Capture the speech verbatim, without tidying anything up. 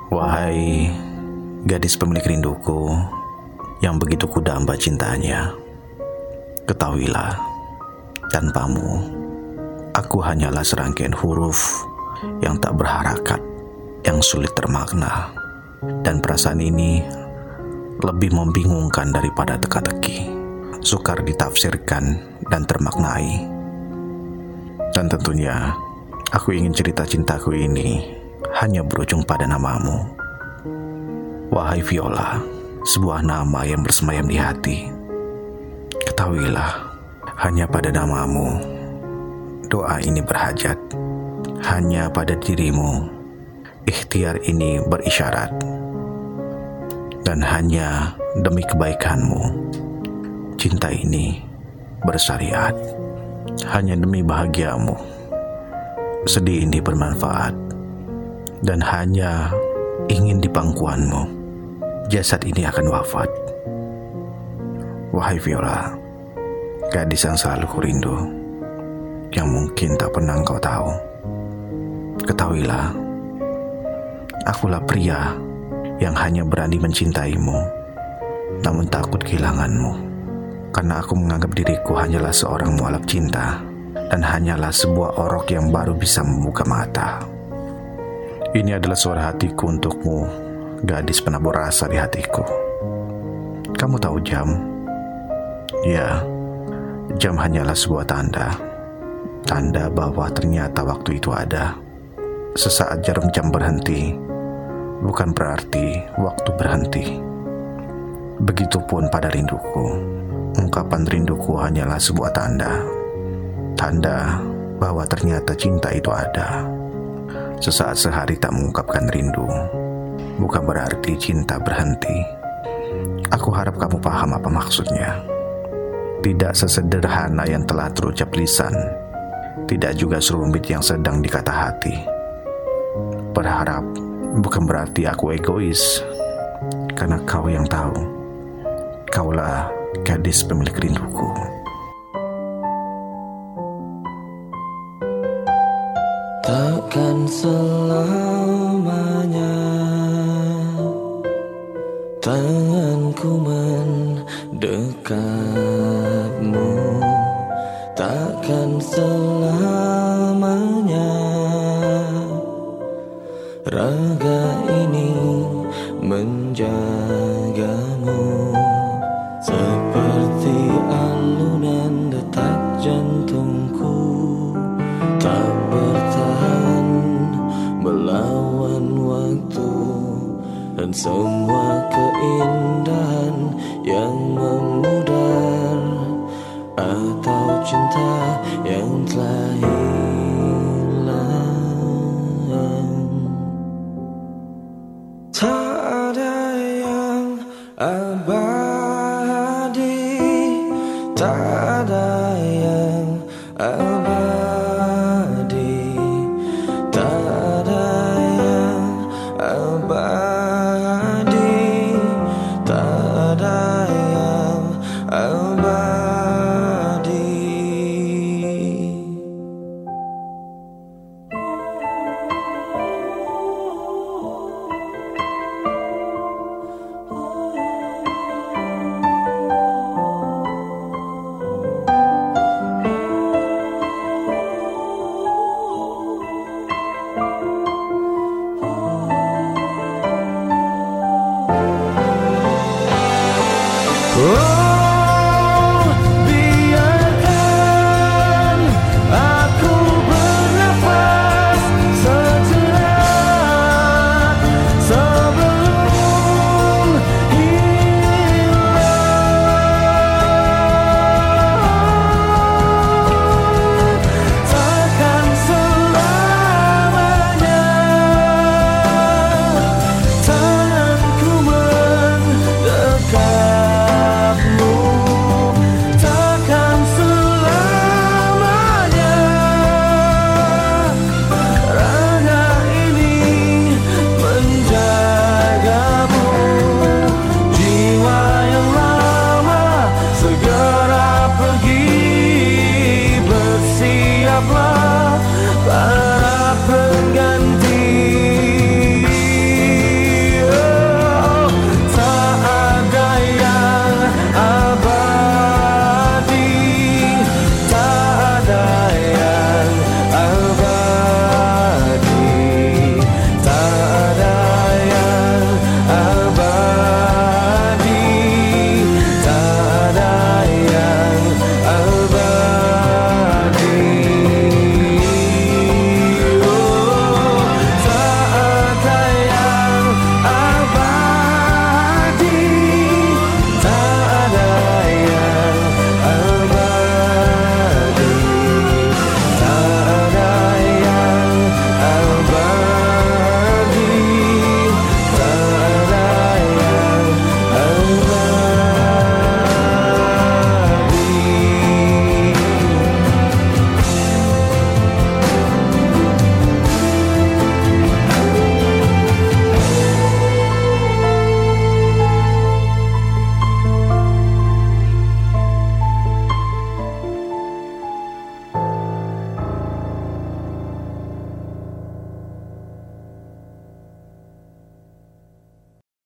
Wahai gadis pemilik rinduku yang begitu kudamba cintanya, ketahuilah, tanpamu aku hanyalah serangkaian huruf yang tak berharakat, yang sulit termakna, dan perasaan ini lebih membingungkan daripada teka-teki, sukar ditafsirkan dan termaknai. Dan tentunya aku ingin cerita cintaku ini hanya berujung pada namamu. Wahai Viola, sebuah nama yang bersemayam di hati. Ketahuilah, hanya pada namamu doa ini berhajat. Hanya pada dirimu ikhtiar ini berisyarat. Dan hanya demi kebaikanmu cinta ini bersyariat. Hanya demi bahagiamu sedih ini bermanfaat. Dan hanya ingin di pangkuanmu jasad ini akan wafat. Wahai Viola, gadis yang selalu kurindu, yang mungkin tak pernah engkau tahu. Ketahuilah, akulah pria yang hanya berani mencintaimu, namun takut kehilanganmu. Karena aku menganggap diriku hanyalah seorang mualaf cinta, dan hanyalah sebuah orok yang baru bisa membuka mata. Ini adalah suara hatiku untukmu, gadis penabur rasa di hatiku. Kamu tahu jam? Ya, jam hanyalah sebuah tanda. Tanda bahwa ternyata waktu itu ada. Sesaat jarum jam berhenti, bukan berarti waktu berhenti. Begitupun pada rinduku. Ungkapan rinduku hanyalah sebuah tanda. Tanda bahwa ternyata cinta itu ada. Sesaat sehari tak mengungkapkan rindu, bukan berarti cinta berhenti. Aku harap kamu paham apa maksudnya. Tidak sesederhana yang telah terucap lisan, tidak juga serumit yang sedang dikata hati. Berharap bukan berarti aku egois, karena kau yang tahu, kaulah gadis pemilik rinduku. Takkan selamanya tanganku mendekapmu. Takkan selamanya raga ini menjagamu. Seperti alunan detak jantungku tak bertahan melawan waktu, dan semua keindahan yang memudar, atau cinta yang telah hilang. Tak ada yang